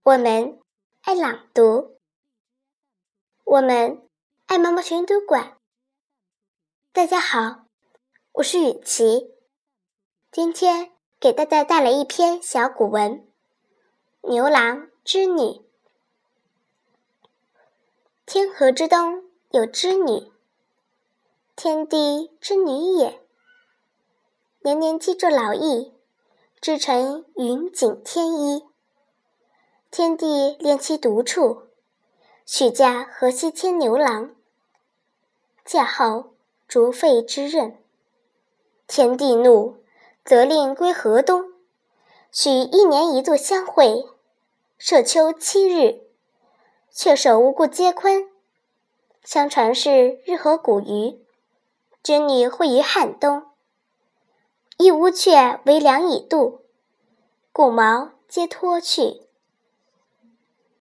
我们爱朗读，我们爱毛毛虫阅读馆。大家好，我是雨琪，今天给大家带来一篇小古文《牛郎织女》。天河之东有织女，天地之女也。年年积祚劳役，织成云锦天衣。天帝怜其独处，许嫁河西牵牛郎。嫁后逐废之任，天帝怒，责令归河东，许1年1度相会，设秋7日，却守无故皆坤。相传是日合古鱼，织女会于汉东，一乌鹊为梁以度，故毛皆脱去。